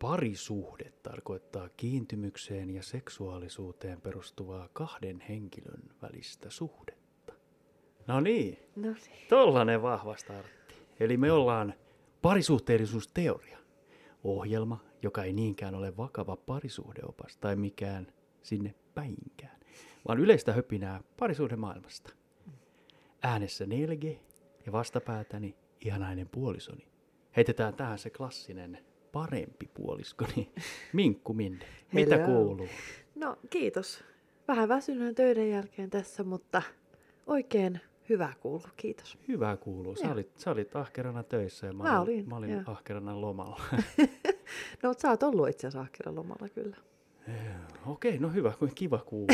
Parisuhde tarkoittaa kiintymykseen ja seksuaalisuuteen perustuvaa kahden henkilön välistä suhdetta. No niin, tollanen vahva startti. Eli me ollaan parisuhteellisuusteoria. Ohjelma, joka ei niinkään ole vakava parisuhdeopas tai mikään sinne päinkään, vaan yleistä höpinää parisuhdemaailmasta. Äänessä Nelge ja vastapäätäni ihanainen puolisoni. Heitetään tähän se klassinen parempi puoliskoni, Minkku Minde. Mitä kuuluu? No kiitos. Vähän väsyneen töiden jälkeen tässä, mutta oikein hyvä kuuluu, kiitos. Hyvä kuuluu. Sä olit ahkerana töissä ja mä olin ahkerana lomalla. No mutta sä oot ollut itse asiassa ahkerana lomalla kyllä. Okei, no hyvä, kiva kuulua.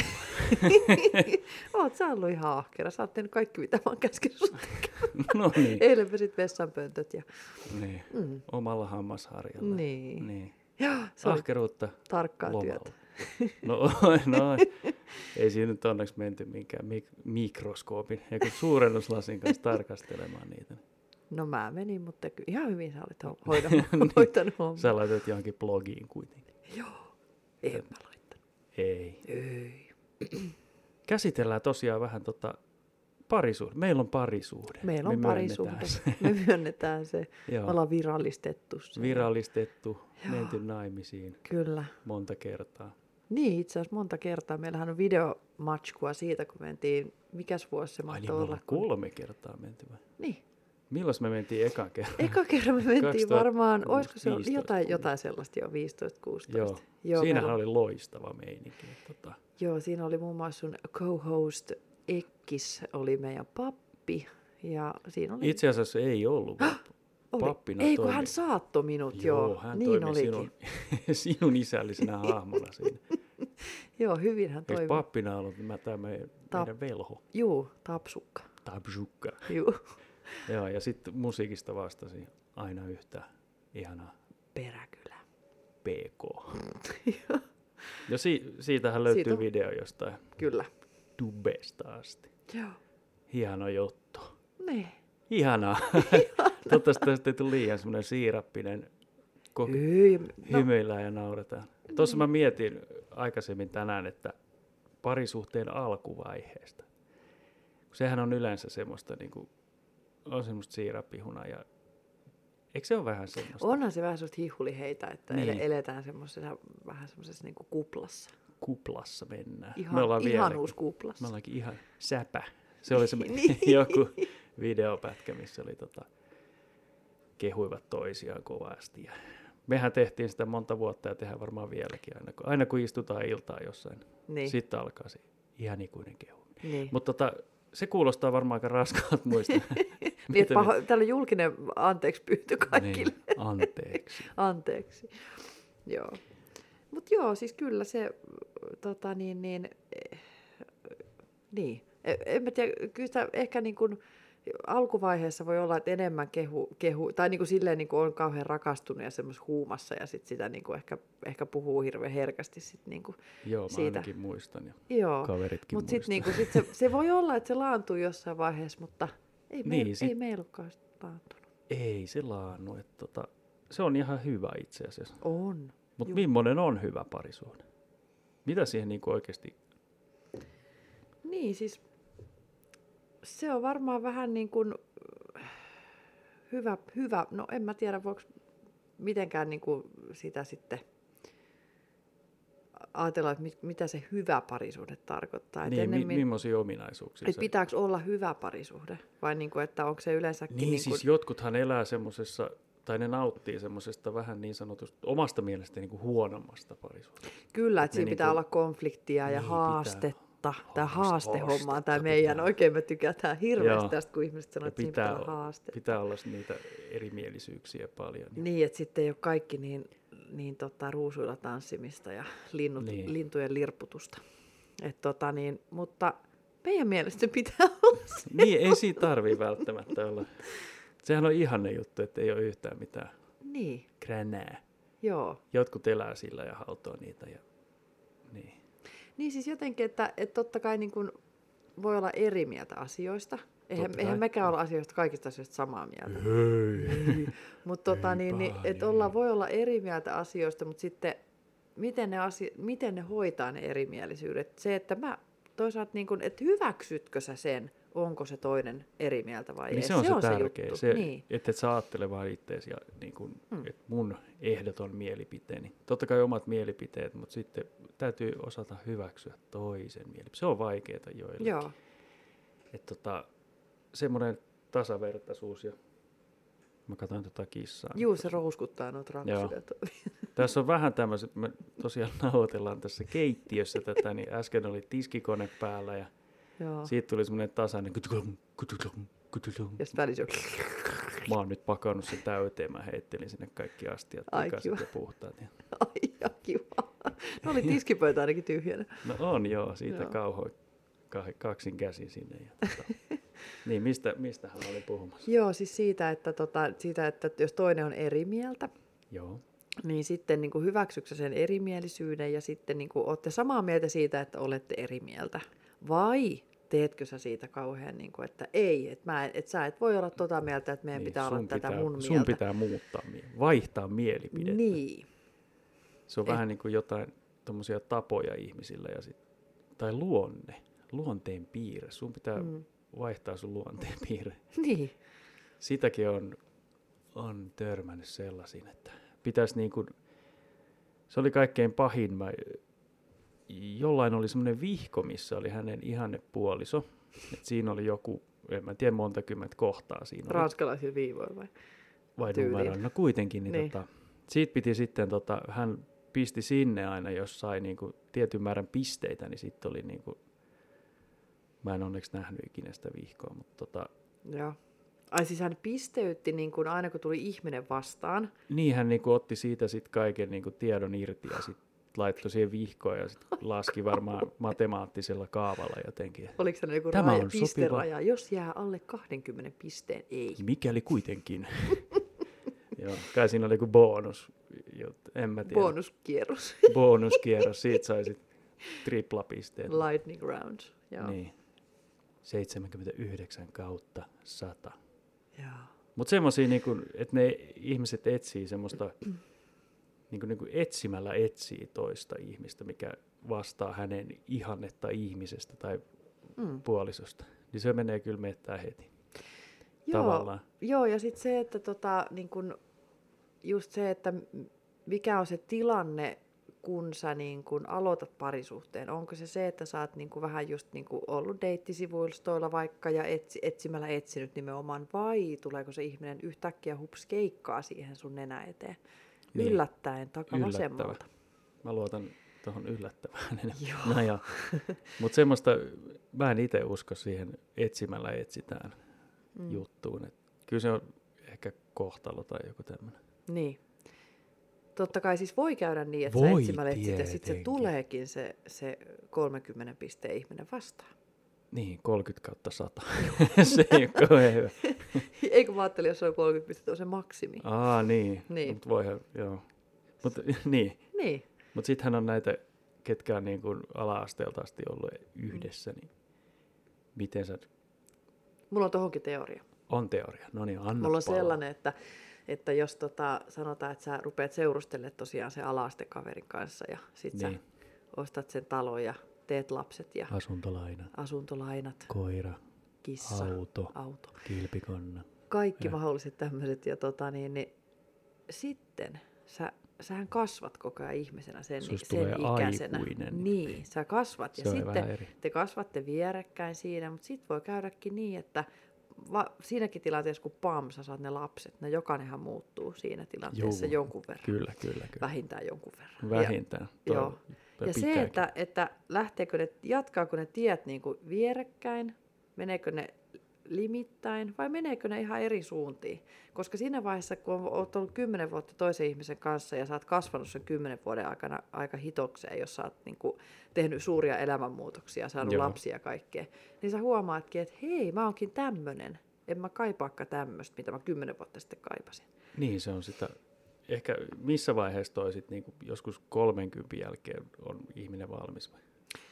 Oot sä ollut ihan ahkera. Sä oot tehnyt kaikki, mitä mä oon käskenyt sun tekemään. No niin. Eilen pesit vessanpöntöt. Ja... Niin, omalla hammasharjalla. Niin. Joo, se ahkeruutta tarkkaa lomalla. työtä. No, ei siinä nyt onneksi menty minkään mikroskoopin ja suurennuslasin kanssa tarkastelemaan niitä. No mä menin, mutta ihan hyvin sä olet hoitanut hommaa. Sä laitat johonkin blogiin kuitenkin. Joo, en mä laittanut. Ei. Käsitellään tosiaan vähän parisuhde. Meillä on parisuhde. Meillä on parisuhde. Me myönnetään se. Me ollaan virallistettu se. Virallistettu, menty naimisiin. Kyllä. Monta kertaa. Niin, itse asiassa monta kertaa. Meillähän on videomatskua siitä, kun mentiin, mikäs vuosi se mahtoi olla? 3 kertaa menty vai? Niin. Milloin me mentiin ekan kerran? Eka kerran me mentiin varmaan, olisiko se jotain sellaista jo 15-16. Joo, siinähän oli loistava meininki. Joo, siinä oli muun muassa sun co-host Ekkis, oli meidän pappi. Ja siinä oli... Itse asiassa ei ollut pappina. Ei, kun hän saattoi minut, joo. Hän niin toimi sinun isällisenä hahmona siinä. Joo, hyvin hän toimi. Eikö pappina ollut meidän velho? Joo, Tapsukka. Joo. Joo, ja sitten musiikista vastasi aina yhtä ihanaa. Peräkylä. PK. Ja siitähän löytyy video jostain. Kyllä. Dubesta asti. Joo. Hieno juttu. Niin. Ihanaa. Toivottavasti tästä ei tule liian semmoinen siirappinen. Hymyillään ja nauretaan. Tuossa mä mietin aikaisemmin tänään, että parisuhteen alkuvaiheesta. Sehän on yleensä semmoista niinku on semmoista siirappihuna ja eikö se ole vähän semmoista? Onhan se vähän semmoista hihuliheitä, että eletään semmoisessa vähän semmoisessa niinku kuplassa. Kuplassa mennään. Ihanuuskuplassa. Me ollaankin ihan säpä. Se oli joku videopätkä, missä oli kehuivat toisiaan kovasti. Ja mehän tehtiin sitä monta vuotta ja tehdään varmaan vieläkin aina kun istutaan iltaa jossain. Niin. Sitten alkaa se ihan ikuinen kehu. Niin. Mutta se kuulostaa varmaan aika raskaalta muista. Täällä on julkinen anteeksi pyyntö kaikille. Niin, anteeksi. Joo. Mutta joo, siis kyllä se, niin. En mä tiedä, kyllä sitä ehkä niin kuin alkuvaiheessa voi olla, että enemmän kehu tai niin kuin silleen niin kuin on kauhean rakastunut ja semmoisessa huumassa ja sit sitä niin kuin ehkä puhuu hirveän herkästi sit niin kuin joo, siitä. Mä ainakin muistan ja kaveritkin muistaa. Mutta niin se voi olla, että se laantuu jossain vaiheessa, mutta ei meillä olekaan laantunut. Ei se laannu. Se on ihan hyvä itse asiassa. On. Mutta millainen on hyvä parisuhde? Mitä siihen niin kuin oikeasti? Niin siis se on varmaan vähän niin kuin hyvä. No en mä tiedä, voiko mitenkään niin kuin sitä sitten ajatella, että mitä se hyvä parisuhde tarkoittaa. Niin, millaisia ominaisuuksia että pitääkö olla hyvä parisuhde? Vai niin kuin, että onko se yleensäkin... Niin siis jotkuthan elää semmoisessa, tai ne nauttii semmoisesta vähän niin sanotusta omasta mielestä niin kuin huonommasta parisuhteesta. Kyllä, että siinä pitää olla konfliktia ja haastetta. Tämä haastehomma, tämä meidän, oikein me tykätään hirveästi tästä, kun ihmiset sanoo, että siinä pitää olla haaste. Pitää olla niitä erimielisyyksiä paljon. Niin, että sitten ei ole kaikki niin ruusuilla tanssimista ja lintujen lirputusta. Mutta meidän mielestä pitää olla se. Niin, ei siitä tarvitse välttämättä olla. Sehän on ihanne juttu, että ei ole yhtään mitään kränää. Joo. Jotkut elää sillä ja hautoo niitä. Niin siis jotenkin, että totta kai niin kuin voi olla eri mieltä asioista, Eihän mekään olla asioista kaikista asioista samaa mieltä. Hei. Mutta että voi olla eri mieltä asioista, mutta sitten miten ne hoitaa ne erimielisyydet. Se, että mä toisaalta, niin kun, että hyväksytkö sä sen, onko se toinen eri mieltä vai niin ei. se on se tärkeä, juttu. se, niin. että et sä ajattele vaan itteesi ja niin kun, että mun ehdoton mielipiteeni. Totta kai omat mielipiteet, mutta sitten täytyy osata hyväksyä toisen mielipiteet. Se on vaikeaa joillekin. Joo. Että semmoinen tasavertaisuus ja mä katsoin kissaa. Juu, se rouskuttaa noita raksuja. Tässä on vähän tämmöiset, me tosiaan nauhoitellaan tässä keittiössä tätä, niin äsken oli tiskikone päällä ja siitä tuli semmoinen tasainen ja sitten välissä mä oon nyt pakannut sen täyteen, mä heittelin sinne kaikki astiat pikaiset ja puhtaat. Ai kiva. No oli tiskipöytä ainakin tyhjänä. No on joo, siitä kauhoin kaksin käsin sinne. Ja niin, mistä hän oli puhumassa? Joo, siis siitä, että jos toinen on eri mieltä, niin sitten niin kuin hyväksyksä sen erimielisyyden ja sitten niin kuin olette samaa mieltä siitä, että olette eri mieltä. Vai teetkö sä siitä kauhean, niin kuin, että ei, että sä et voi olla tota mieltä, että meidän pitää olla tätä mun mieltä. Sun pitää muuttaa, vaihtaa mielipidettä. Niin. Se on vähän niin kuin jotain tommosia tapoja ihmisillä tai luonteen piirre. Sun pitää vaihtaa sun luonteen piirre. Niin. Sitäkin on törmännyt sellaisiin, että pitäisi niin kuin, se oli kaikkein pahin. Jollain oli semmoinen vihko, missä oli hänen ihannepuoliso. Et siinä oli joku, en mä tiedä monta kymmentä kohtaa siinä. Ranskalaisilla viivoilla vai? Vai numeroilla. No kuitenkin. Niin. Siitä piti sitten, hän pisti sinne aina, jos sai niinku tietyn määrän pisteitä, niin sitten oli niinku, mä en onneksi nähnyt ikinä sitä vihkoa, mutta Joo. Ai siis hän pisteytti niin kuin aina kun tuli ihminen vastaan. Niin hän niin kuin otti siitä sitten kaiken niin kuin tiedon irti ja sitten laittoi siihen vihkoon ja sitten laski varmaan matemaattisella kaavalla jotenkin. Oliko se joku pisteraja? Jos jää alle 20 pisteen, ei. Mikäli kuitenkin. Joo, kai siinä oli joku bonus. En mä tiedä. Bonuskierros, siitä sai sitten triplapisteet. Lightning round, joo. Niin. 79/100. Joo. Mutta semmoisia, niinku, että ne ihmiset etsii semmoista, niinku etsimällä etsii toista ihmistä, mikä vastaa hänen ihannetta ihmisestä tai puolisosta. Niin se menee kyllä mettään heti. Tavallaan. Joo, ja sitten se, että niin kun, just se, että mikä on se tilanne, kun sä niin kun aloitat parisuhteen. Onko se, että sä oot niin kun vähän just niin kun ollut deittisivuilstoilla vaikka ja etsimällä etsinyt nimenomaan, vai tuleeko se ihminen yhtäkkiä hups keikkaa siihen sun nenä eteen? Niin. Yllättäen takavasemmalta. Mä luotan tuohon yllättävään enemmän. No mutta semmoista, mä en itse usko siihen etsimällä etsitään juttuun. Et kyllä se on ehkä kohtalo tai joku tämmöinen. Niin. Totta kai siis voi käydä niin, että sä etsimällä etsit ja sitten se tuleekin se 30 pisteen ihminen vastaan. Niin, 30/100. Se ei ole kauhean hyvä. Eikö mä ajattelin, jos se on 30 pistettä, on se maksimi. Niin. Mutta voihan, joo. Niin. Mutta sittenhän on näitä, ketkä on niin kuin ala-asteelta asti ollut yhdessä, niin miten sä... Mulla on tohonkin teoria. On teoria, no niin, anna mulla on sellainen, että jos sanotaan, että sä rupeat seurustelemaan tosiaan sen ala-astekaverin kanssa ja sit sä ostat sen talon ja teet lapset ja asuntolainat, koira, kissa, auto. Kilpikonna. Kaikki mahdolliset tämmöiset ja sitten sähän kasvat koko ajan ihmisenä sen ikäisenä. Aikuinen. Niin, sä kasvat ja sitten te kasvatte vierekkäin siinä, mutta sitten voi käydäkin niin, että siinäkin tilanteessa, kun sä saat ne lapset, ne jokainenhan muuttuu siinä tilanteessa jonkun verran. Kyllä. Vähintään jonkun verran. Vähintään. Joo. Ja se, että jatkaako ne tiet niin kuin vierekkäin, meneekö ne limittäin vai meneekö ne ihan eri suuntiin? Koska siinä vaiheessa, kun olet ollut 10 vuotta toisen ihmisen kanssa ja sä oot kasvanut sen 10 vuoden aikana aika hitokseen, jos sä oot niin kuin tehnyt suuria elämänmuutoksia, saanut lapsia ja kaikkea, niin sä huomaatkin, että hei, mä oonkin tämmönen. En mä kaipaakaan tämmöistä, mitä mä 10 vuotta sitten kaipasin. Niin, se on sitä. Ehkä missä vaiheessa toi sit, niin joskus 30 jälkeen on ihminen valmis vai?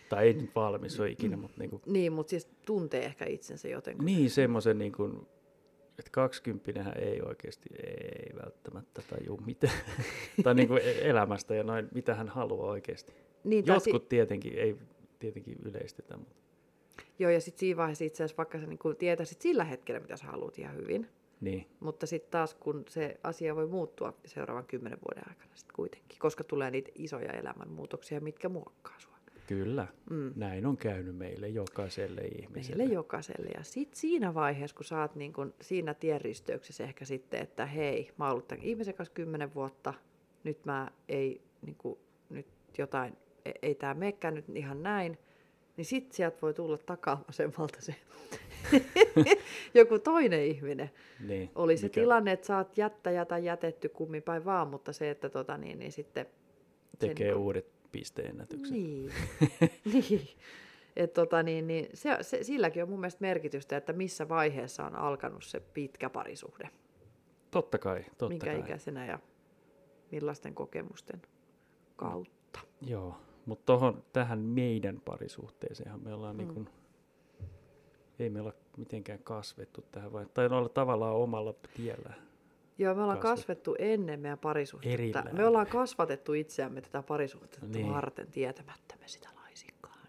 Tai ei nyt valmis ole ikinä, mutta niin kuin... Niin, mutta siis tuntee ehkä itsensä jotenkin. Niin, semmoisen niin kuin, että 20-hän ei oikeasti, ei välttämättä tajua mitään. Tai niin kuin elämästä ja noin, mitä hän haluaa oikeasti. Niin, jotkut tietenkin, ei tietenkin yleistetä. Mutta... Joo, ja sitten siinä vaiheessa itse asiassa vaikka sä niin tietäisit sillä hetkellä, mitä sä haluat ihan hyvin. Niin. Mutta sitten taas, kun se asia voi muuttua seuraavan 10 vuoden aikana sitten kuitenkin, koska tulee niitä isoja elämänmuutoksia, mitkä muokkaa sua. Kyllä, näin on käynyt meille jokaiselle ihmiselle. Meille jokaiselle. Ja sitten siinä vaiheessa, kun sä oot niin kun siinä tienristeyksessä ehkä sitten, että hei, mä oon ollut tämän ihmisen kanssa 10 vuotta, nyt mä ei, niin kun, nyt jotain, ei tää meekään nyt ihan näin, niin sitten sieltä voi tulla takavasemmalta se joku toinen ihminen. Niin, oli se tilanne, että sä oot jätetty kummin päin vaan, mutta se, että niin sitten... Tekee uudet pisteennätykset. Niin. niin. Et silläkin on mun mielestä merkitystä, että missä vaiheessa on alkanut se pitkä parisuhde. Totta kai. Minkä ikäisenä ja millaisten kokemusten kautta. Joo, mutta tähän meidän parisuhteeseenhan me ollaan niin kuin, ei me olla mitenkään kasvettu tähän, tai olla tavallaan omalla tiellä. Joo, me ollaan kasvettu ennen meidän parisuhdetta. Erillään. Me ollaan kasvatettu itseämme tätä parisuhdetta varten tietämättämme sitä laisinkaan.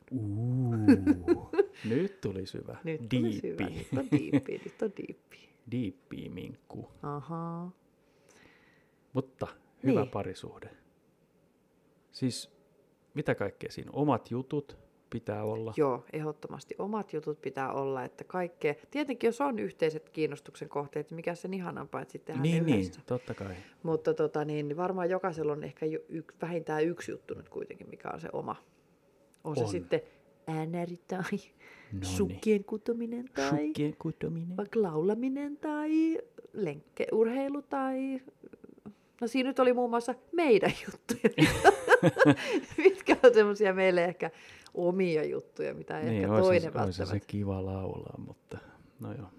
Nyt tuli syvä. Nyt on diippi. Diippi minkku. Ahaa. Mutta hyvä parisuhde. Siis mitä kaikkea siinä? Omat jutut pitää olla. Joo, ehdottomasti omat jutut pitää olla, että kaikkea. Tietenkin jos on yhteiset kiinnostuksen kohteet, mikä sen ihanampaa, että sitten tehdään ne yhdessä. Niin, totta kai. Mutta niin varmaan jokaisella on ehkä vähintään yksi juttu nyt kuitenkin, mikä on se oma. On. Se sitten äänäri tai sukkien kutominen tai vaikka laulaminen tai urheilu tai... No siinä nyt oli muun muassa meidän juttuja, mitkä on semmoisia meille ehkä omia juttuja, mitä ei ehkä toinen välttämättä. Olisi se kiva laulaa, mutta no joo.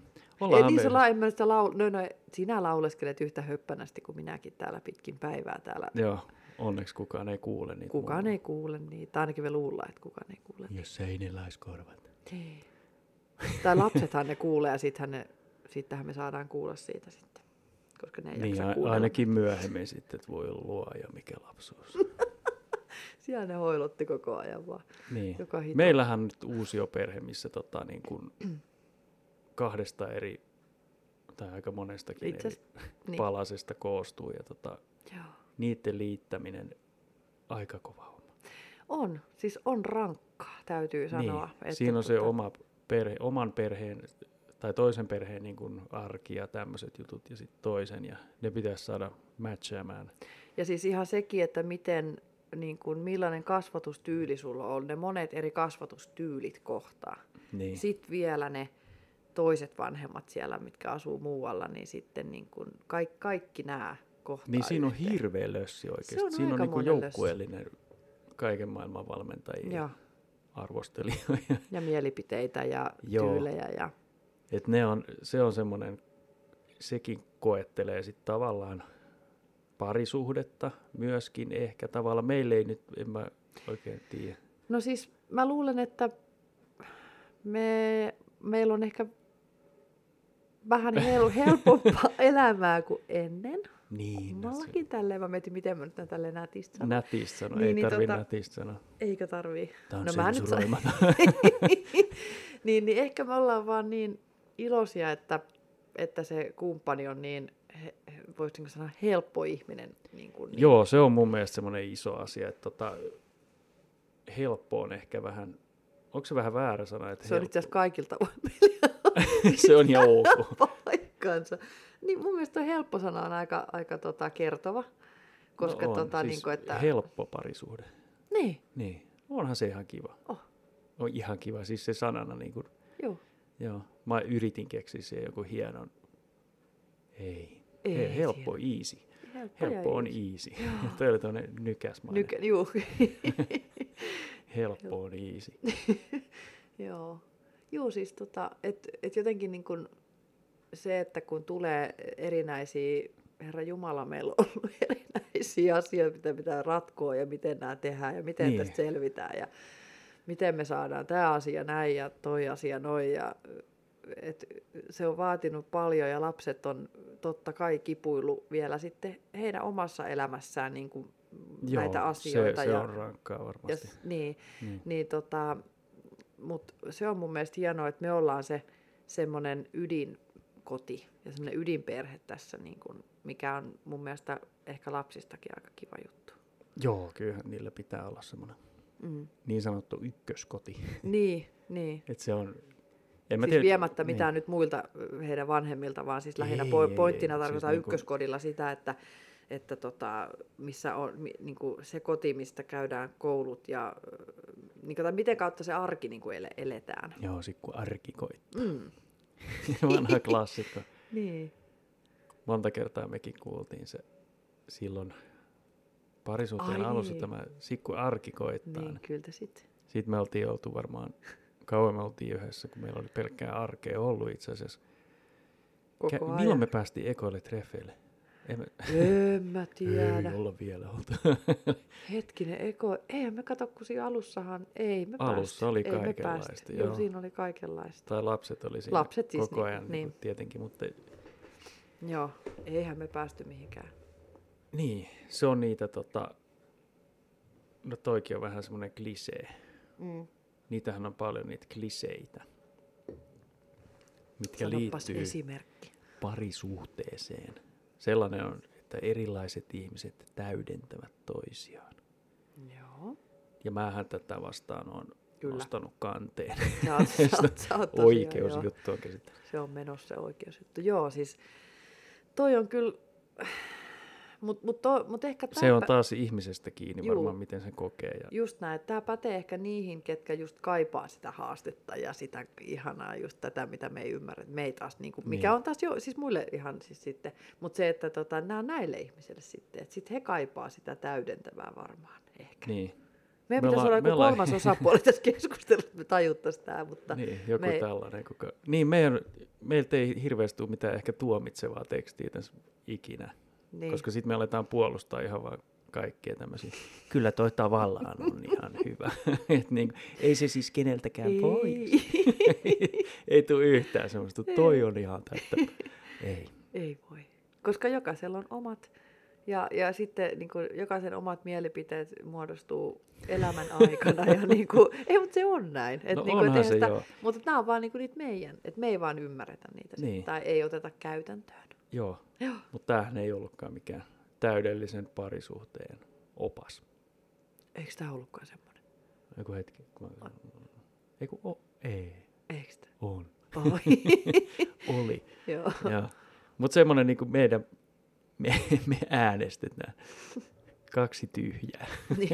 Sinä lauleskelet yhtä höppänästi kuin minäkin täällä pitkin päivää täällä. Joo, onneksi kukaan ei kuule niitä. Kukaan ei kuule niitä, ainakin me luullaan, että kukaan ei kuule niitä. Jos seinillä olisi korvat. Tai lapsethan ne kuulee ja sittenhän me saadaan kuulla siitä sitten. Koska ne ei jaksa kuunnella. Ainakin myöhemmin sitten, että voi luoja, mikä lapsuus. Siellä ne hoilotti koko ajan vaan. Niin. Meillähän on nyt uusioperhe, missä niin kuin kahdesta eri, tai aika monestakin eri palasesta koostuu. Ja niiden liittäminen aika kova homma. On, siis on rankkaa, täytyy sanoa. Niin. Että siinä on se oman perheen tai toisen perheen niin kuin arki ja tämmöiset jutut ja sitten toisen, ja ne pitäisi saada matchaamaan. Ja siis ihan sekin, että miten, niin kuin, millainen kasvatustyyli sulla on, ne monet eri kasvatustyylit kohtaa. Niin. Sitten vielä ne toiset vanhemmat siellä, mitkä asuu muualla, niin sitten niin kuin kaikki nämä kohtaa niin siinä on yhteen. Hirveä lössi oikeasti. Se on siinä on niin kuin joukkueellinen lössi. Kaiken maailman valmentajia, arvostelijoita. Ja mielipiteitä ja tyylejä. Ja... Et se on semmoinen, sekin koettelee sitten tavallaan parisuhdetta myöskin ehkä tavallaan. Meillä ei nyt, en mä oikein tiedä. No siis mä luulen, että meillä on ehkä vähän helpompaa elämää kuin ennen. Niin. Mullakin tälleen, mä mietin, miten mä nyt tälleen nätistä sanon. Nätistä sanon, ei tarvii nätistä sanoa. Eikö tarvii? Tämä on sensuroimatta. niin ehkä me ollaan vaan niin iloisia, että se kumppani on niin, voisinko sanoa, helppo ihminen. Niin. Joo, se on mun mielestä semmoinen iso asia, että helppo on ehkä vähän, onko se vähän väärä sana? Että se on itse asiassa kaikilta se on ihan ok. Paikkansa. Niin mun mielestä on helppo sana on aika kertova. Koska no on, siis niin kuin, että... helppo parisuhde. Niin. Onhan se ihan kiva. On ihan kiva, siis se sanana niin kuin... Joo. Mä yritin keksiä siihen joku hienon... Ei helppo, easy. Helppo on easy. Toi oli tuonne nykäsmainen. Juu. Helppo on easy. Joo, siis et jotenkin niin kuin se, että kun tulee erinäisiä, Herra Jumala, meillä on ollut erinäisiä asioita, mitä pitää ratkoa ja miten nämä tehdään ja miten tästä selvitään ja miten me saadaan tämä asia näin ja toi asia noin. Ja, se on vaatinut paljon ja lapset on totta kai kipuillut vielä sitten heidän omassa elämässään niin kuin näitä asioita. Se on rankkaa varmasti. Niin. Mutta se on mun mielestä hienoa, että me ollaan se semmoinen ydinkoti ja semmoinen ydinperhe tässä, niin kuin, mikä on mun mielestä ehkä lapsistakin aika kiva juttu. Joo, kyllähän niillä pitää olla semmoinen niin sanottu ykköskoti. Niin. Että se on... Siis viemättä mitään nyt muilta heidän vanhemmilta, vaan siis lähinnä pointtina tarkoittaa siis ykköskodilla sitä, että missä on niinku se koti, mistä käydään koulut ja niinku, tai miten kautta se arki niinku eletään. Joo, sit kun arki koittaa. Vanha klassikko. Niin. Monta kertaa mekin kuultiin se silloin parisuhteen alussa tämä sikku arki koittaa. Niin, kyllä sitten. Sitten me oltiin oltu varmaan, kauan me oltiin yhdessä, kun meillä oli pelkkää arkea ollut itse asiassa. Koko ajan. Milloin me päästiin ekoille treffeille? En mä tiedä. Ei olla vielä oltu. Hetkinen, eihän me kato, kun siinä alussahan ei me Alussa oli kaikenlaista. Joo, siinä oli kaikenlaista. Tai lapset oli siinä siis koko ajan niin. Tietenkin, mutta... Joo, eihän me päästy mihinkään. Niin, se on niitä no toikin on vähän semmoinen klisee. Niitähän on paljon niitä kliseitä, mitkä liittyy esimerkki. Parisuhteeseen. Sellainen on, että erilaiset ihmiset täydentävät toisiaan. Joo. Ja mähän tätä vastaan on nostanut kanteen. Sä oot oikeusjuttu on käsittää. Se on menossa se oikeusjuttu. Joo, siis toi on kyllä... Mut ehkä se on taas ihmisestä kiinni varmaan, miten se kokee. Ja... Just näin, että tämä pätee ehkä niihin, ketkä just kaipaa sitä haastetta ja sitä ihanaa, just tätä, mitä me ei ymmärrä. Me ei taas, niin kuin, mikä on taas jo, siis muille ihan siis sitten, mutta se, että nämä on näille ihmisille sitten, että sitten he kaipaa sitä täydentävää varmaan ehkä. Niin. Meidän pitäisi olla joku kolmas osapuoli tässä keskustelussa, että me tajuttaisiin tämä, mutta... Niin, joku tällainen. Niin, meiltä ei hirveästi tule mitään ehkä tuomitsevaa tekstiä tässä ikinä. Niin. Koska sitten me aletaan puolustaa ihan vaan kaikkea tämmöisiä. Kyllä toi tavallaan on ihan hyvä. Niin, ei se siis keneltäkään pois. Ei tule yhtään semmoista. Toi on ihan täyttä. Ei. Ei voi. Koska jokaisella on omat. Ja sitten niin kuin, jokaisen omat mielipiteet muodostuu elämän aikana. Ja, niin kuin, ei, mutta se on näin. No niin onhan se joo. Mutta nämä on vaan niin kuin niitä meidän. Että me ei vaan ymmärretä niitä. Niin. Tai ei oteta käytäntöön. Joo. Mutta tämähän ei ollutkaan mikään täydellisen parisuhteen opas. Eikö tämä ollutkaan semmoinen? Joku hetki. Ei. Eikö tämä? On. Oli. Joo. Mutta semmoinen niin kuin me äänestetään. 2 tyhjää.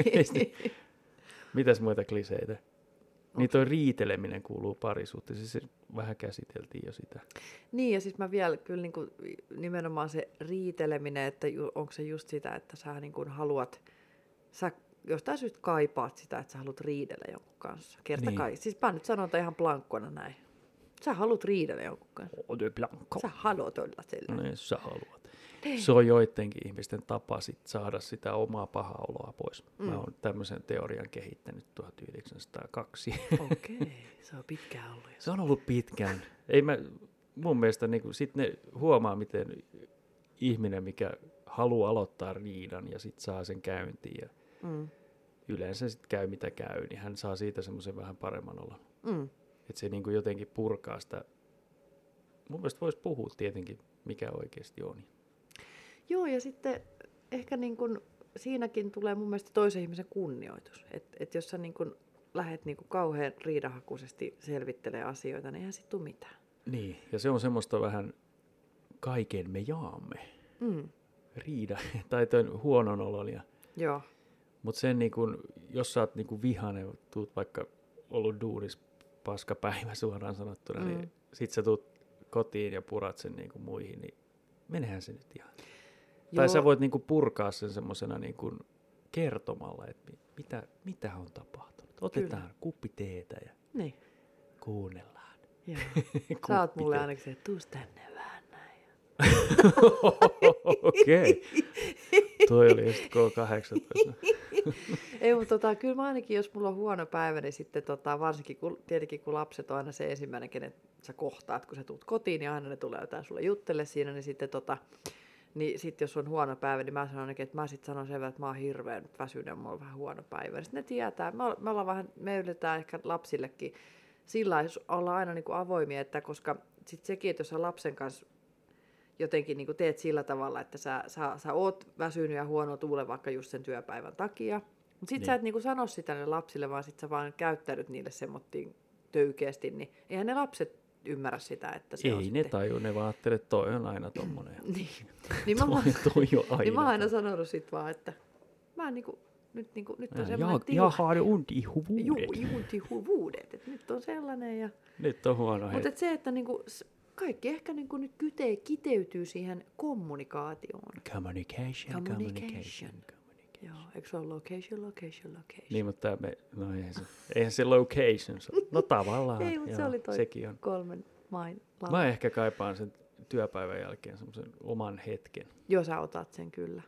Mitäs muita kliseitä? Niin toi riiteleminen kuuluu parisuhteeseen, se vähän käsiteltiin jo sitä. Niin, ja siis mä vielä kyllä niin kuin, nimenomaan se riiteleminen, että onko se just sitä, että sä niin kuin haluat, sä jostain syystä kaipaat sitä, että sä haluat riidellä jonkun kanssa. Niin. Siis mä nyt sanon ihan blankkona näin. Sä haluat riidellä jonkun kanssa. Sä haluat olla sellainen. Niin, sä haluat. Se on joidenkin ihmisten tapa saada sitä omaa pahaa oloa pois. Mä oon tämmöisen teorian kehittänyt 1902. Okei, se on pitkään ollut. Se on ollut pitkään. Mun mielestä niin sitten ne huomaa, miten ihminen, mikä haluaa aloittaa riidan ja sitten saa sen käyntiin ja yleensä sitten käy mitä käy, niin hän saa siitä semmoisen vähän paremman olon. Että se niin kuin jotenkin purkaa sitä. Mun mielestä voisi puhua tietenkin, mikä oikeasti on. Joo, ja sitten ehkä niin kun siinäkin tulee mun mielestä toisen ihmisen kunnioitus. Että jos sä niin kun lähdet niin kun kauhean riidahakuisesti selvittelemään asioita, niin eihän sit tule mitään. Niin, ja se on semmoista vähän kaiken me jaamme. Riida, tai tämän huonon olon. Joo. Mutta sen niin kun, jos sä oot niin kun vihainen, tuut vaikka ollut duunis paskapäivä suoraan sanottuna, niin sit sä tuut kotiin ja purat sen niin kun muihin, niin menehän se nyt ihan. Joo. Tai sä voit niinku purkaa sen semmosena niinku kertomalla, että mitä on tapahtunut. Otetaan kuppi teetä ja kuunnellaan. Joo. Sä oot mulle ainakin että tuus tänne vähän näin. Okei. Toi oli just K18. Ei, mutta kyllä mä ainakin, jos mulla on huono päivä, niin sitten varsinkin tietenkin kun lapset on aina se ensimmäinen, kenet sä kohtaat, kun sä tuut kotiin, niin aina ne tulee jotain sulle juttele siinä, niin sitten niin sit jos on huono päivä, niin mä sanon ainakin, että mä sitten sanon sen verran, että mä oon hirveän väsynyt ja mulla on vähän huono päivä. Sitten ne tietää, me yritetään ehkä lapsillekin sillä olla aina niin kuin avoimia, että koska sitten sekin, että jos sä lapsen kanssa jotenkin niin kuin teet sillä tavalla, että sä oot väsynyt ja huono tuule vaikka just sen työpäivän takia, mutta sitten sä et niin kuin sano sitä ne lapsille, vaan sitten sä vaan käyttäydyt niille semmoittiin töykeästi, niin eihän ne lapset ymmärrä sitä, että se ei on ne sitten... taju, ne vaan ajattelee, että toi on aina tommonen. niin mä oon aina tommonen. sanonut sit vaan, että mä niinku, nyt on semmoinen Jag har ont i huvudet. huvudet, että nyt on sellainen. Ja... Nyt on huono Mutta se, että niinku, kaikki ehkä niinku nyt kiteytyy siihen kommunikaatioon. Communication. Joo, eikö se ole location? Niin, mutta eihän se location. No tavallaan. Ei, mutta se oli toi sekin on. 3 Mä ehkä kaipaan sen työpäivän jälkeen semmoisen oman hetken. Joo, sä otat sen kyllä.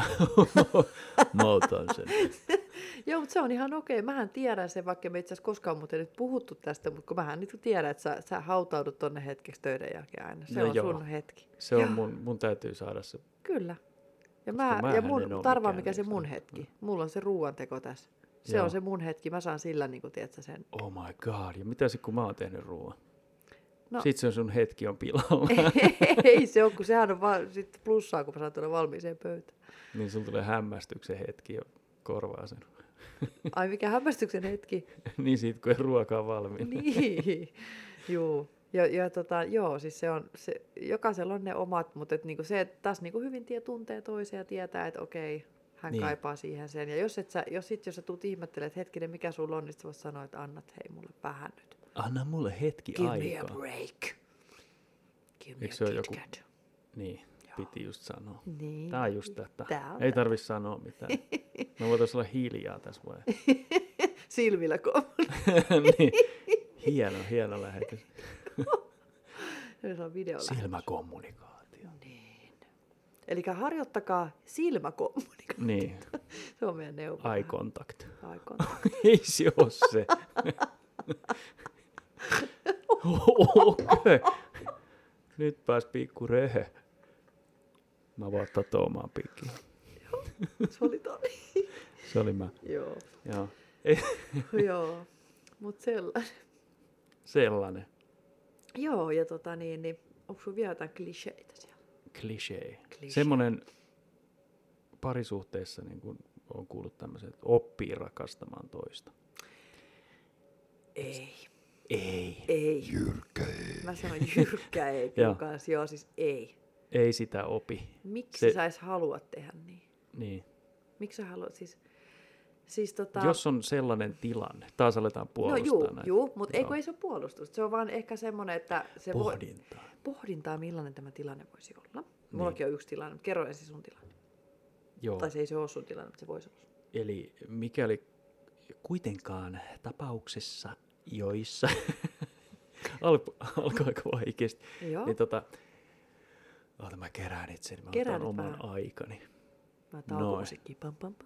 Mä otan sen. Joo, mutta se on ihan okei. Mähän tiedän sen, vaikka me itse asiassa koskaan muuten nyt puhuttu tästä, mutta kun mähän nyt tiedän, että sä hautaudut tonne hetkeksi töiden jälkeen aina. Se on sun hetki. Se on mun täytyy saada se. Kyllä. Ja mun tarvaa, mikä se mun hetki. Mulla on se ruuanteko tässä. Se on se mun hetki. Mä saan sillä, niin kuin tiedätkö, sen. Oh my god. Ja mitä se, kun mä oon tehnyt ruoan? No. Sitten se on sun hetki on pilalla. Ei se ole, kun sehän on vaan sit plussaa, kun mä saan tulla valmiiseen pöytään. Niin sulla tulee hämmästyksen hetki ja korvaa sen. Ai mikä hämmästyksen hetki? Niin siitä, kun ei ruoka on valmiina. Niin, juu. Joo, siis jokaisella on ne omat, mutta niinku se, että taas niinku hyvin tuntee toisen ja tietää, että okei, hän kaipaa siihen sen. Ja jos sä tulet ihmettelemään, että hetkinen, mikä sulla on, niin sä voit sanoa, että annat hei mulle vähän nyt. Anna mulle hetki Give aikaa. me a break. Give me Eikö se ole joku? KitKat. Niin, piti just sanoa. Niin. Tää on just tätä. Tää Ei tarvi sanoa mitään. Me voitaisiin olla hiljaa tässä vaiheessa. Silmillä Niin. Hieno lähetys. Se on videolähetys. Silmäkommunikaatio. Niin. Eli harjoittakaa silmäkommunikaatiota. Niin. Se on meidän neuvo. Eye contact. Eye contact. Ei se ole se. Okei. Nyt pääs pikku röhö. Mä vaan tatoamaan pikkiin. Se oli toi. Se oli mä. Joo. Joo. Joo, mut sellainen. Sellainen. Joo, ja niin, onko sulla vielä jotain kliseitä siellä? Cliché. Semmoinen parisuhteessa niin kun on kuullut tämmöisen, että oppii rakastamaan toista. Ei. Jyrkkä ei. Mä sanon jyrkkä ei kanssa. Joo, siis ei. Ei sitä opi. Miksi sä edes haluat tehdä niin? Niin. Miksi sä haluat siis Jos on sellainen tilanne, taas aletaan puolustaa näitä. Joo, mutta ei se ole puolustusta. Se on vaan ehkä semmoinen, että se pohdintaa, millainen tämä tilanne voisi olla. Mullakin on yksi tilanne, mutta kerro ensin sun tilanne. Joo. Tai se ei se ole sun tilanne, mutta se voisi olla. Eli mikäli kuitenkaan tapauksessa, joissa alkoi aika vaikeasti, Joo. niin mä kerään itseni, mä otan oman aikani. Mä taukomusiikki.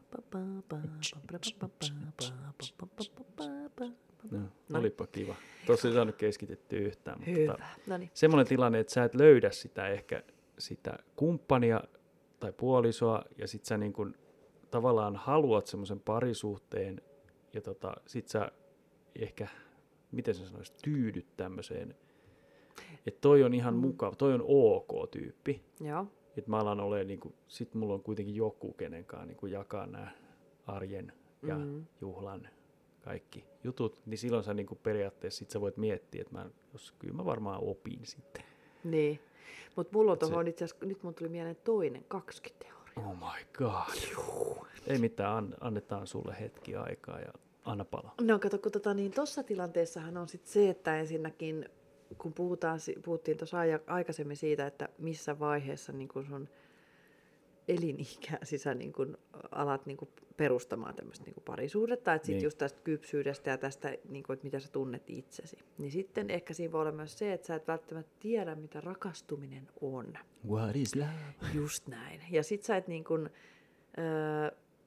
Olipa kiva. Tossa ei saanut keskitettyä yhtään. Hyvä. Noniin. Semmoinen tilanne, että sä et löydä sitä kumppania tai puolisoa, ja sit sä niin kun tavallaan haluat semmoisen parisuhteen, ja sit sä ehkä, miten sä sanoisit, tyydyt tämmöiseen, että toi on ihan mukava, toi on ok-tyyppi. Joo. Että mä alan olemaan, niin sit mulla on kuitenkin joku, kenenkaan niin jakaa nämä arjen ja juhlan kaikki jutut, niin silloin sä niin periaatteessa sit sä voit miettiä, että kyllä mä varmaan opin sitten. Niin, mutta mulla on tuohon itse asiassa, nyt mun tuli mieleen toinen 20-teoria. Oh my god. Juh. Ei mitään, annetaan sulle hetki aikaa ja anna palaa. No kato, kun niin tossa tilanteessahan on sitten se, että ensinnäkin, kun puhuttiin tuossa aikaisemmin siitä, että missä vaiheessa niin kun sun elinikäsi sä niin kun alat niin kun perustamaan tämmöistä niin kun parisuhdetta, että sitten just tästä kypsyydestä ja tästä, niin kun, että mitä sä tunnet itsesi. Niin sitten ehkä siinä voi olla myös se, että sä et välttämättä tiedä, mitä rakastuminen on. What is love? Just näin. Ja sit sä et niin kun,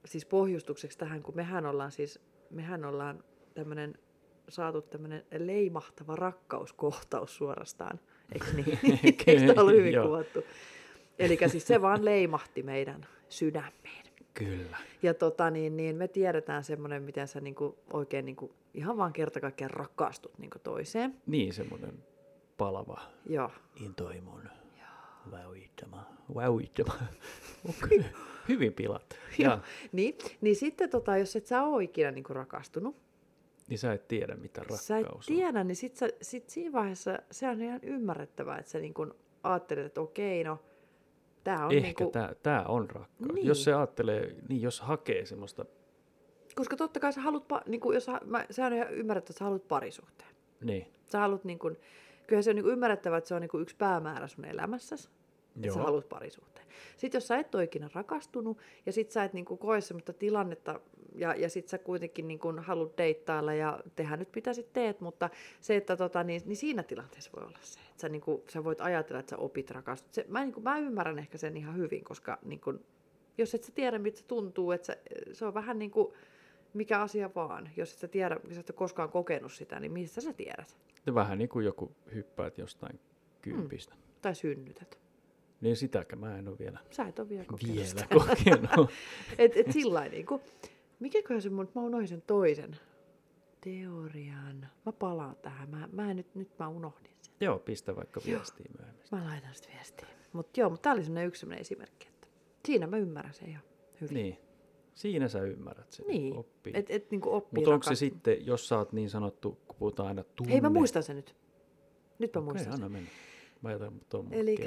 siis pohjustukseksi tähän, kun mehän ollaan saatu tämmöinen leimahtava rakkauskohtaus suorastaan. Eikö niin? Eikö tämä ollut hyvin kuvattu? Eli siis se vaan leimahti meidän sydämeen. Kyllä. Ja me tiedetään semmoinen, miten sä niinku oikein niinku ihan vaan kerta kaikkiaan rakastut niinku toiseen. Niin, semmoinen palava. Joo. Intoimon. Vauittama. Okay. Hyvin pilattu. Niin sitten jos et sä ole ikinä niinku rakastunut. Niin sä et tiedä, mitä rakkaus sä et tiedä, niin sit siinä vaiheessa se on ihan ymmärrettävää, että sä niinku ajattelet, että okei, no tää on ehkä tää on rakkaus. Niin. Jos se ajattelee, niin jos hakee semmoista. Koska totta kai sä haluat, sä on ihan ymmärrettävää, että sä haluat parisuhteen. Niin. Sä haluat niinku, kyllähän se on niinku ymmärrettävää, että se on niinku yksi päämäärä sun elämässäsi. Että sä haluat parisuhteen. Sitten jos sä et ole ikinä rakastunut ja sit sä et niinku koe semmoista tilannetta ja sit sä kuitenkin niinku haluat deittailla ja tehdä nyt mitä sit teet, mutta se, että niin siinä tilanteessa voi olla se, että sä voit ajatella, että sä opit rakastut. Mä ymmärrän ehkä sen ihan hyvin, koska niinku, jos et sä tiedä, miltä se tuntuu, että se on vähän niin kuin mikä asia vaan. Jos et sä tiedä, jos et ole koskaan kokenut sitä, niin mistä sä tiedät? Vähän niin kuin joku hyppäät jostain kympistä. Tai synnytät. Niin sitäkään mä en ole vielä. Sä et ole vielä kokenut sitä. et sillain niinku. Mikäköhän se mä unohdin sen toisen teorian. Mä palaan tähän. Nyt mä unohdin sen. Joo, pistä vaikka viestiä myöhemmin. Mä laitan sitä viestiä. Mutta tää oli yksi sellainen esimerkki, että siinä mä ymmärrän sen ihan hyvin. Niin. Siinä sä ymmärrät sen. Niin. Oppii. Niinku oppii. Mutta onko se sitten, jos sä oot niin sanottu, kun puhutaan aina tunne. Hei, mä muistan sen nyt. Nyt mä muistan sen. Anna mennä. Mä jätän tuon mun Eli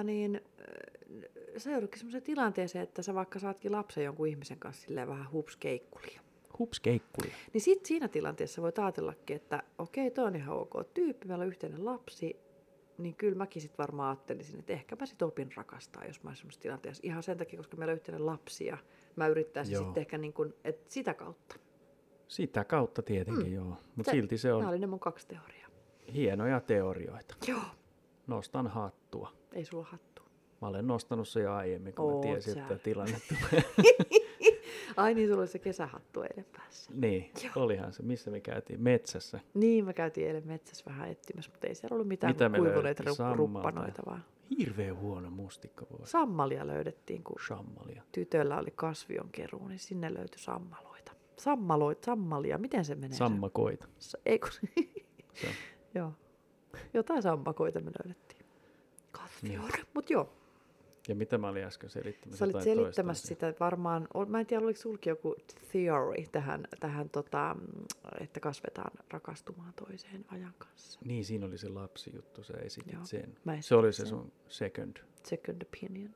sä joudutkin semmoiseen tilanteeseen, että sä vaikka saatkin lapsen jonkun ihmisen kanssa silleen vähän hupskeikkulia. Hupskeikkulia. Niin sit siinä tilanteessa voit ajatellakin, että okei, toi on ihan ok tyyppi, meillä on yhteinen lapsi, niin kyllä mäkin sit varmaan ajattelisin, että ehkä mä sit opin rakastaa, jos mä olisin semmoisessa tilanteessa. Ihan sen takia, koska meillä on yhteinen lapsi ja mä yrittäisin sitten ehkä niin kuin, että sitä kautta. Sitä kautta tietenkin, joo. Mutta silti se on. Nämä oli ne mun 2 teoriaa. Hienoja teorioita. Joo. Nostan hattua. Ei sulla hattua. Mä olen nostanut se jo aiemmin, kun mä tiesin, että tilanne tulee. Ai niin, sulla oli se kesähattu eilen päässä. Niin, olihan se. Missä me käytiin? Metsässä. Niin, me käytiin eilen metsässä vähän etsimässä, mutta ei siellä ollut mitään kuivuneita ruppanoita vaan. Hirveän huono mustikka voi. Sammalia löydettiin, kun Sammalia. Tytöllä oli kasvionkeruu, niin sinne löytyi sammaloita. Sammalia, miten se menee? Sammakoita. Eikö? Joo. Jotain sammakoita me löydettiin. Kasvion. Mut joo. Ja mitä mä olin äsken selittämässä? Sä olit selittämässä sitä varmaan, mä en tiedä oliko sulki joku theory tähän että kasvetaan rakastumaan toiseen ajan kanssa. Niin, siinä oli se lapsijuttu, sä esitit sen. Se oli se sun second opinion.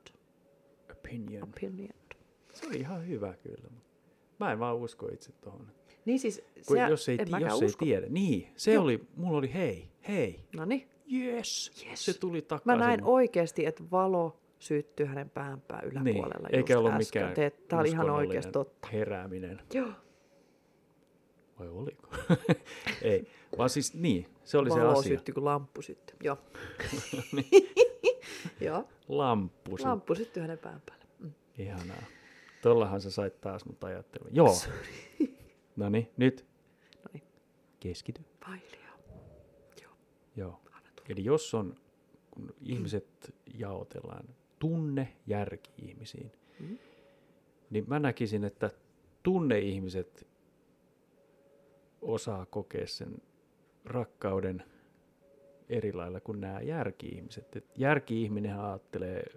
Se oli ihan hyvä kyllä. Mä en vaan usko itse tohon. Niin siis, jos ei tiedä. Niin, mulla oli hei. Noniin. Yes. Se tuli takaisin. Mä näin oikeasti, että valo syttyy hänen päänpää yläpuolella. Niin, eikä ollut mikään tää oli ihan oikeasti totta. Herääminen. Joo. Vai oliko? Ei, vaan siis niin, se oli valo se asia. Valo syttyi, kun lamppu syttyi. Joo. Joo. Lamppu syttyi hänen pään päälle. Ihanaa. Tollahan sä sait taas mut ajattelemaan. Joo. Noniin, nyt. Noniin. Keskity. Vailia. Joo. Eli jos on, kun ihmiset jaotellaan tunne-järki-ihmisiin, niin mä näkisin, että tunne-ihmiset osaa kokea sen rakkauden eri lailla kuin nämä järki-ihmiset. Et järki-ihminenhän ajattelee,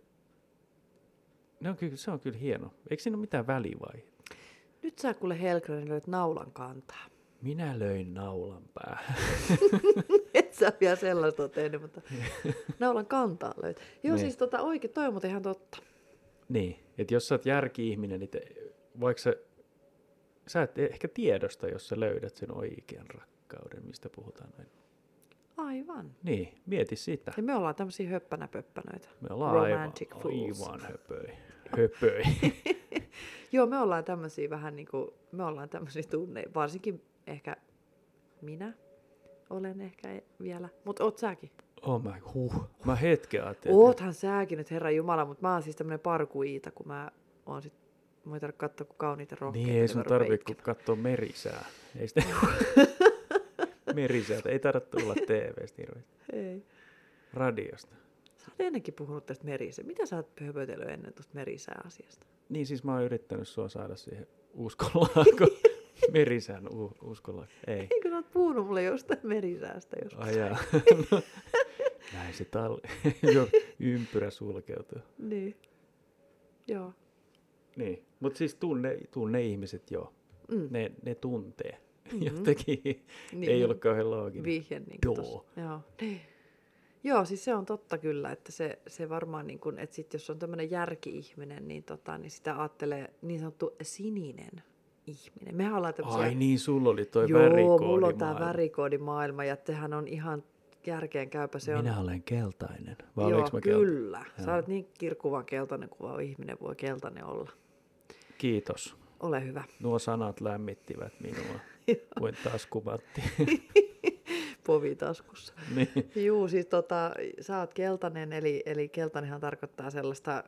se on kyllä hieno. Eikö siinä ole mitään välivaihetta? Nyt sä kuule Helgren löit naulan kantaa. Minä löin naulan päähän. Et sä vielä sellaista ole tehnyt, mutta naulan kantaa löit. Joo, niin. Siis oikein, toi on muuten ihan totta. Niin, että jos sä oot järki-ihminen, niin vaikka sä et ehkä tiedosta, jos sä löydät sen oikean rakkauden, mistä puhutaan aina. Aivan. Niin, mieti sitä. Ja me ollaan tämmöisiä höppänäpöppänöitä. Me ollaan romantic aivan höpöi. Joo, me ollaan tämmöisiä vähän niin kuin, me ollaan tämmöisiä varsinkin ehkä minä olen ehkä vielä, mutta oot säkin? Mä hetken ajattelin. Oothan säkin nyt, Herran Jumala, mutta mä oon siis tämmönen parkuiita, kun mä Mä ei tarvitse katsoa, kun kauniita rohkeita. Niin, ei sun tarvitse kun katsoa merisää. Ei sitä merisäätä. Ei tarvitse tulla TV:stä hirveästi. Ei. Radiosta. Sä oot ennenkin puhunut tästä merisää. Mitä sä oot höpötellyt ennen tuosta merisää-asiasta? Niin, siis mä oon yrittänyt sua saada siihen uskollaan, kun merisään uskollaan. Ei. Eikö sä oot puhunut mulle jostain merisäästä joskus? Ai jaa. No, näin se jo ympyrä sulkeutuu. Niin. Joo. Niin, mutta siis tunne ihmiset joo. Ne tuntee. Jotenkin niin, ei ole kauhean looginen. Vihje niin joo. Joo. Joo, siis se on totta kyllä, että se varmaan, niin kun, että sit jos on tämmöinen järki-ihminen, niin, niin sitä ajattelee niin sanottu sininen ihminen. Mehän ollaan tämmöisiä... Ai niin, sulla oli toi värikoodimaailma. Joo, mulla on tää värikoodimaailma ja tehän on ihan järkeen käypä. Minä olen keltainen. Vai joo, mä kyllä. Sä olet niin kirkuvan keltainen kuin vaan ihminen voi keltainen olla. Kiitos. Ole hyvä. Nuo sanat lämmittivät minua kuin taskumatti. Povi taskussa. Niin. Juu, siis sä oot keltainen, eli keltainenhan tarkoittaa sellaista,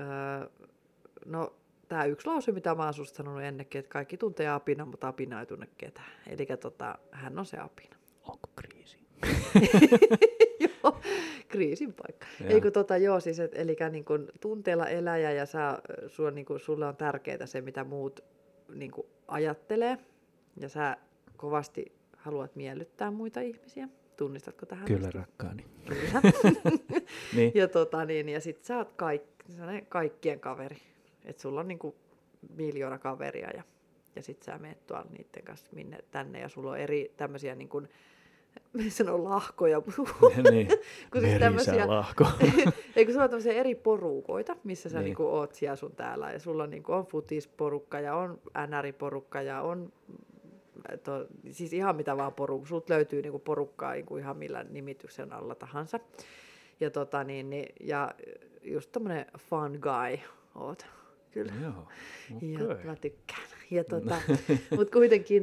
no tää yksi lause, mitä mä oon susta sanonut ennenkin, että kaikki tuntee apina, mutta apina ei tunne ketään. Eli hän on se apina. Onko kriisi? Joo, kriisin paikka. Eikö joo, siis eli niin kun tunteella eläjä ja sulle on tärkeää se, mitä muut niin kun ajattelee. Ja sä kovasti haluat miellyttää muita ihmisiä. Tunnistatko tähän? Kyllä, rakkaani. Kyllä. Niin. Ja sit sä oot kaikkien kaveri. Et sulla on niinku miljoona kaveria ja sit sä menet tuolla niiden kanssa tänne ja sulla on eri tämmösiä niinku, mä sanon lahkoja. Niin, merisää lahko. Eikö sulla on tämmöisiä eri porukoita, missä sä niinku oot siellä sun täällä. Ja sulla on, niinku, on futisporukka ja on NR-porukka ja on siis ihan mitä vaan porukka. Sulta löytyy niinku porukkaa niinku ihan millä nimityksen alla tahansa. Ja, ja just tämmönen fun guy oot. Kyllä. Joo, okay. Ja mä tykkään. Ja mut kuitenkin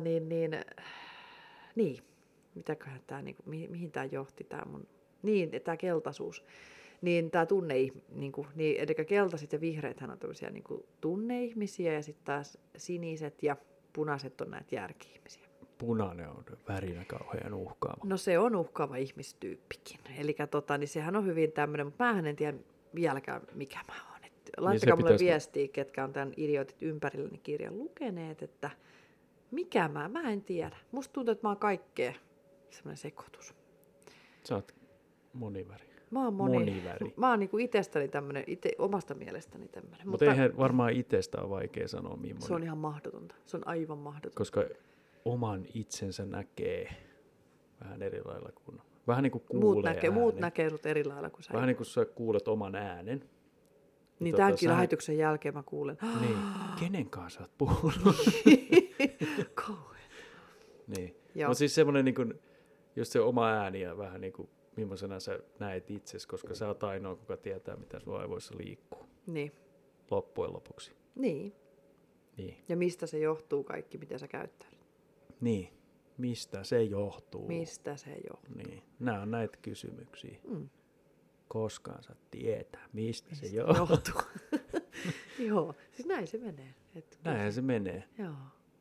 niin. Mitäköhän tää niinku, mihin tää johti tää mun tää keltaisuus. Niin tää tunne niinku eli keltaiset ja vihreäthän on tämmöisiä niinku tunneihmisiä ja sitten taas siniset ja punaiset on näitä järki-ihmisiä. Punainen on värinä kauhean uhkaava. No se on uhkaava ihmistyyppikin. Eli niin sehän on hyvin tämmöinen, mutta mähän en tiedä vieläkään mikä mä oon. Laittakaa mulle viestiä, ketkä on tämän Idiotit ympärilläni kirjan lukeneet, että mikä mä en tiedä. Musta tuntuu, että mä oon kaikkea semmoinen sekoitus. Sä oot moniväri. Mä oon moniväri. Mä oon niinku itsestäni tämmönen, omasta mielestäni tämmönen. Mutta eihän varmaan itsestä ole vaikea sanoa millainen. Se on ihan mahdotonta. Se on aivan mahdotonta. Koska oman itsensä näkee vähän eri lailla kuin... Vähän niin kuin kuulee muut näkee sut eri lailla kuin sä. Vähän niin kuin sä kuulet oman äänen. Niin tämänkin lähetyksen jälkeen mä kuulen. Niin, kenen kanssa oot puhunut? Kauhean. Niin. Mutta siis semmoinen niin kuin, just se oma ääni ja vähän niin kuin millaisena sä näet itsesi, koska sä oot ainoa, kuka tietää, mitä sun aivoissa liikkuu. Niin. Loppujen lopuksi. Niin. Ja mistä se johtuu kaikki, mitä sä käyttäydyt? Niin. Mistä se johtuu? Mistä se johtuu? Niin. Nämä on näitä kysymyksiä. Koskaan sä tietää, mistä se johtuu. Joo, siis näin se menee. Näinhän se menee. Joo.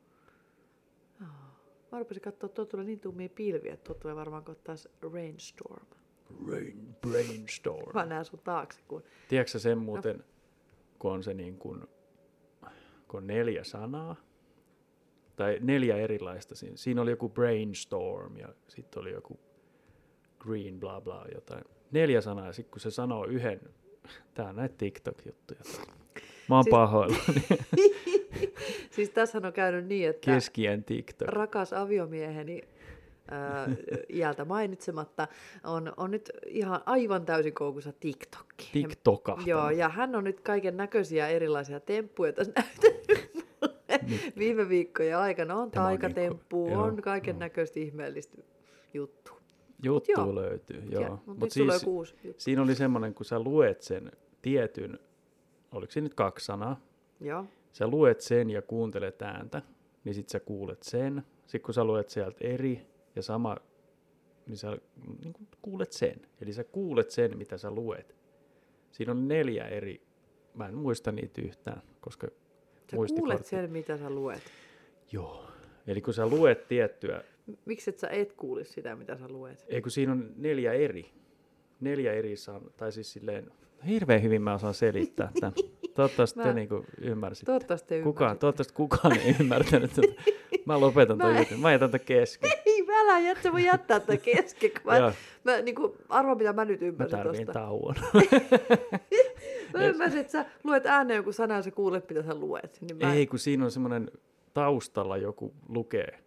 Mä rupesin katsoa, että tulee niin tummia pilviä, että tulee varmaan taas rainstorm. Brainstorm. Mä näen sun taakse. Tiedätkö sä sen muuten, kun on se niin kuin, kun on 4 sanaa, tai 4 erilaista. Siinä oli joku brainstorm ja sitten oli joku green bla bla jotain. 4 sanaa ja sitten kun se sanoo yhden, tää on näitä TikTok-juttuja. Mä oon pahoillani. Siis tässä on käynyt niin, että Keskiän TikTok. Rakas aviomieheni, iältä mainitsematta, on nyt ihan aivan täysin koukussa TikTokki. TikTokahtanut. Joo, ja hän on nyt kaiken näköisiä erilaisia temppuja tässä näyttänyt mulle viime viikkojen aikana. On taikatemppu, on kaiken näköistä ihmeellistä juttua. Juttu löytyy, joo. Mutta siis, siinä oli semmoinen, kun sä luet sen tietyn, oliko se nyt 2 sanaa? Joo. Sä luet sen ja kuuntelet ääntä, niin sit sä kuulet sen. Sitten kun sä luet sieltä eri ja sama, niin sä niin kuulet sen. Eli sä kuulet sen, mitä sä luet. Siinä on 4 eri, mä en muista niitä yhtään, koska Sä kuulet sen, mitä sä luet. Joo. Eli kun sä luet tiettyä... Miksi et sä et kuule sitä, mitä sä luet? Ei, kun siinä on 4 eri tai siis silleen, hirveän hyvin mä osaan selittää tämän. Toivottavasti te niinku ymmärsitte. Toivottavasti kukaan ei ymmärtänyt tätä. Mä lopetan ton jutun. Mä jätän tämän kesken. Ei, sä voi jättää tämän kesken. Mä niinku, arvaa, mitä mä nyt ymmärsin tosta. Mä tarviin tauon. Mä ymmärsin, että sä luet ääneen joku sana ja sä kuulet, mitä sä luet. Niin ei, kun siinä on semmoinen taustalla joku lukee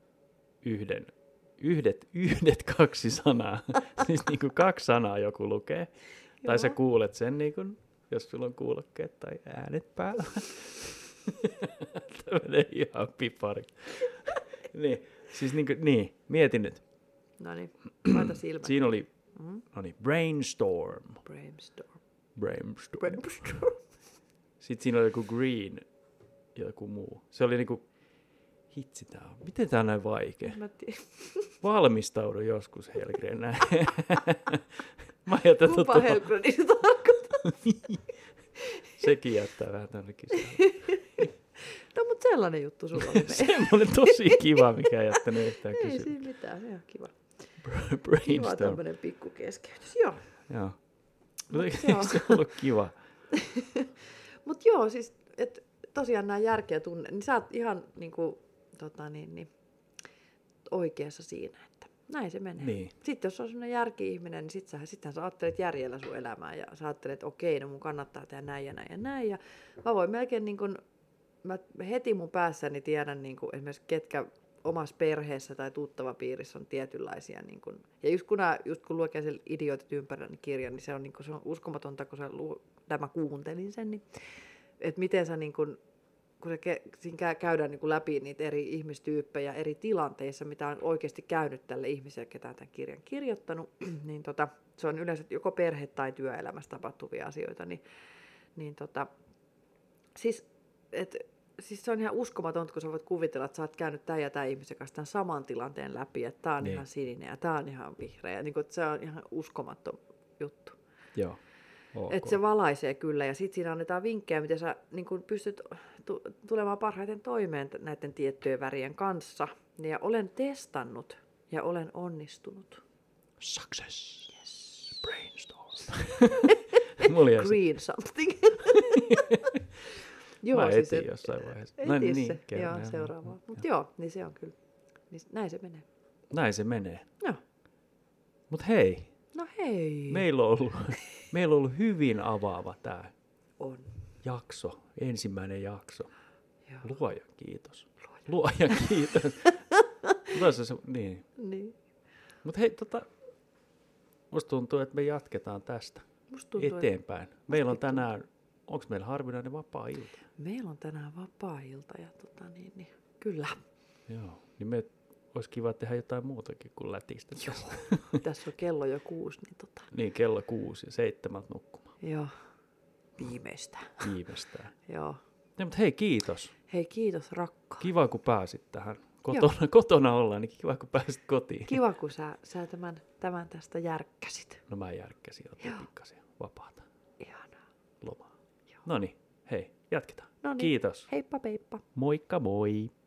yhdet 2 sanaa. Siis niinku 2 sanaa joku lukee. Tai sä kuulet sen, niinku, jos sulla on kuulokkeet tai äänet päällä. Tämä menee ihan pipari. Niin, mietin nyt. No niin, laita silmät. Siinä oli, brainstorm. Sitten siinä oli joku green ja joku muu. Se oli niinku, hitsi tää on. Miten tää on näin vaikea? Valmistaudu joskus, Hellgren, näin. Kumpa Hellgrenin se tarkoittaa? Sekin jättää vähän tänne kisaan. No, mutta sellainen juttu sulla oli. Semmoinen tosi kiva, mikä ei jättänyt yhtään kysymystä. Ei siinä mitään, ihan kiva. Brainstorm. Kiva tämmöinen pikku keskeytys, joo. Eikö se ollut kiva? Mutta joo, siis et, tosiaan nämä järkeä tunne, niin sä oot ihan niinku, oikeassa siinä, että näin se menee. Niin. Sitten jos on sellainen järki-ihminen, niin sittenhän sä ajattelet järjellä sun elämää ja sä ajattelet, että okei, no mun kannattaa tehdä näin ja näin ja näin. Ja mä voin melkein niin kun, mä heti mun päässäni tiedän niin kun, esimerkiksi ketkä omassa perheessä tai tuttavapiirissä on tietynlaisia. Niin kun, ja just kun lukee sen Idiootit ympärillä kirjan, niin se on uskomatonta, kun mä kuuntelin sen, niin, että miten sä niin kun siinä käydään niin kuin läpi niitä eri ihmistyyppejä eri tilanteissa, mitä on oikeasti käynyt tälle ihmiselle, ketä on tämän kirjan kirjoittanut, niin se on yleensä joko perhe- tai työelämässä tapahtuvia asioita, siis se on ihan uskomatonta, kun sä voit kuvitella, että sä oot käynyt tämän ja tämän ihmisen kanssa tämän saman tilanteen läpi, että tää on ihan sininen ja tää on ihan vihreä, niin kuin, että se on ihan uskomaton juttu. Joo. Okay. Että se valaisee kyllä, ja sitten siinä annetaan vinkkejä, miten sä niin kun pystyt tulemaan parhaiten toimeen näiden tiettyjen värien kanssa. Ja olen testannut ja olen onnistunut. Success. Yes. Brainstorm. Green something. Joo, mä etin siis, jossain vaiheessa. Joo, seuraavaa. Mutta joo, niin se on kyllä. Niin näin se menee. Näin se menee. Joo. Mut hei. No hei. Meillä on ollut hyvin avaava tää jakso, ensimmäinen jakso. Joo. Luoja kiitos. Luoja kiitos. Niin. Mut hei, musta tuntuu, että me jatketaan tästä eteenpäin. Meillä on tänään, onko meillä harvinainen vapaa-ilta? Meillä on tänään vapaa-ilta ja kyllä. Joo, niin olisi kiva tehdä jotain muutakin kuin lätistä. Joo, tässä on kello jo 6. Niin, kello 6 ja 7 nukkumaan. Joo, viimeistään. Joo. Ja, mutta hei, kiitos. Hei, kiitos rakkaan. Kiva, kun pääsit tähän. Kotona ollaan, niin kiva, kun pääsit kotiin. Kiva, kun sä tämän tästä järkkäsit. No mä järkkäsin, otin pikkasen vapaata. Ihanaa. Lomaa. Noniin, hei, jatketaan. Noniin. Kiitos. Heippa peippa. Moikka moi.